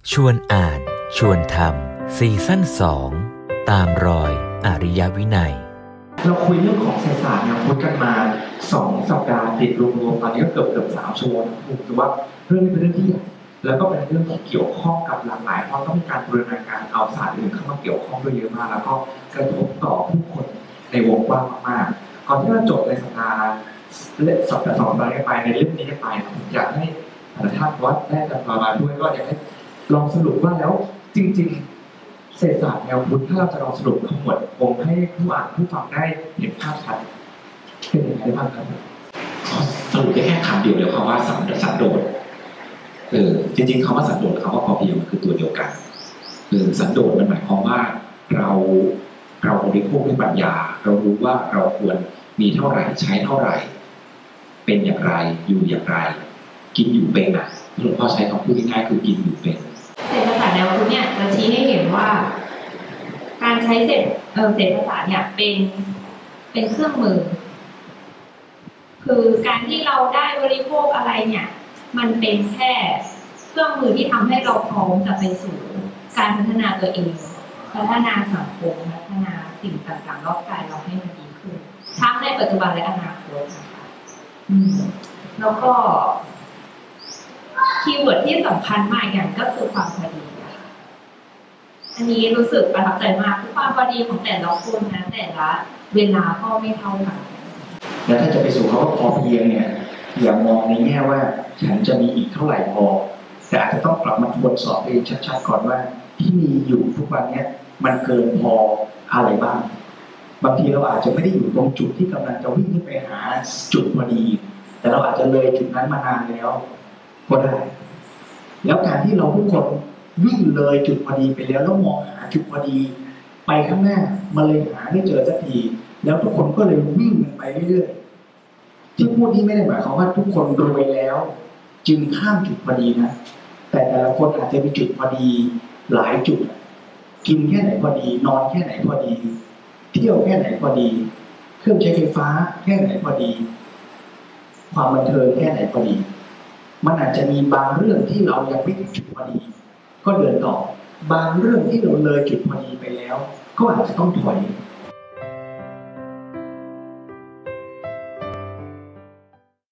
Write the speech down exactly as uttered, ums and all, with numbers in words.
ชวนอ่านชวนทำซีซั่นสองตามรอยอริยวินัยเราคุยเรื่องของเศรษฐศาสตร์เนี่ยพูดกันมาสองสัปดาห์ติดรวมๆตอนนี้ก็เกือบเกือบสามชั่วโมงผมถือว่าเรื่องนี้เป็นเรื่องที่ใหญ่แล้วก็เป็นเรื่องที่เกี่ยวข้องกับหลากหลายเพราะต้องมีการบูรณาการเอาศาสตร์อื่นเข้ามาเกี่ยวข้องด้วยเยอะมากแล้วก็กระทบต่อผู้คนในวงกว้างมากๆก่อนที่เราจบในสัปดาห์และสัปดาห์สองสัปดาห์นี้ไปในเรื่องนี้ไปผมอยากให้ท่านวัดได้จำมามาด้วยก็อยากให้ลองสรุปว่าแล้วจริงๆเศรษฐศาสตร์แนวพุทธถ้าเราจะลองสรุปทั้งหมดผมให้ผู้อ่านผู้ฟังได้เห็นภาพชัดเป็นยังไงบ้างครับสรุปได้แค่คำเดียวเดียวคำว่าสันสันโดษเออจริงๆคำว่าสันโดษกับคำว่าพอเพียงมันคือตัวเดียวกันเออสันโดษมันหมายความว่าเราเราบริโภคด้วยปัญญาเรารู้ว่าเราควรมีเท่าไหร่ใช้เท่าไหร่เป็นอย่างไรอยู่อย่างไรกินอยู่เป็นอ่ะหลวงพ่อใช้คำพูดง่ายๆคือกินอยู่เป็นเศรษฐศาสตร์แนวพุทธเนี่ยจะชี้ให้เห็นว่าการใช้เศรษฐเออเศรษฐศาสตร์เนี่ยเป็นเป็นเครื่องมือคือการที่เราได้บริโภคอะไรเนี่ยมันเป็นแค่เครื่องมือที่ทำให้เราพร้อมจะไปสู่การพัฒนาตัวเองพัฒนาสังคมพัฒนาสิ่งต่างๆรอบกายเราให้มันดีขึ้นทั้งในปัจจุบันและอนาคตนะคะแล้วก็คีย์เวิร์ดที่สำคัญมากอย่างก็คือความพอดีค่ะอันนี้รู้สึกประทับใจมากคือความพอดีของแต่ละคนนะแต่ละเวลาก็ไม่เท่ากันแล้วถ้าจะไปสู่เขาว่าพอเพียงเนี่ยอย่ามองในแง่ว่าฉันจะมีอีกเท่าไหร่พอแต่อาจจะต้องกลับมาทวนสอบเองชัดๆก่อนว่าที่มีอยู่ทุกวันนี้มันเกินพออะไรบ้างบางทีเราอาจจะไม่ได้อยู่ตรงจุดที่กำลังจะวิ่งขึ้นไปหาจุดพอดีแต่เราอาจจะเลยจุดนั้นมานานแล้วก็ได้แล้วการที่เราทุกคนวิ่งเลยจุดพอดีไปแล้วแล้วมองหาจุดพอดีไปข้างหน้ามันเลยหาไม่เจอสักทีแล้วทุกคนก็เลยวิ่งกันไปเรื่อยๆที่พูดนี้ไม่ได้หมายความว่าทุกคนรวยแล้วจึงข้ามจุดพอดีนะแต่แต่ละคนอาจจะมีจุดพอดีหลายจุดกินแค่ไหนพอดีนอนแค่ไหนพอดีเที่ยวแค่ไหนพอดีเครื่องใช้ไฟฟ้าแค่ไหนพอดีความบันเทิงแค่ไหนพอดีมันอาจจะมีบางเรื่องที่เรายังไม่ถึงจุดพอดีก็เดินต่อบางเรื่องที่เราเลยจุดพอดีไปแล้วก็อาจจะต้องถอย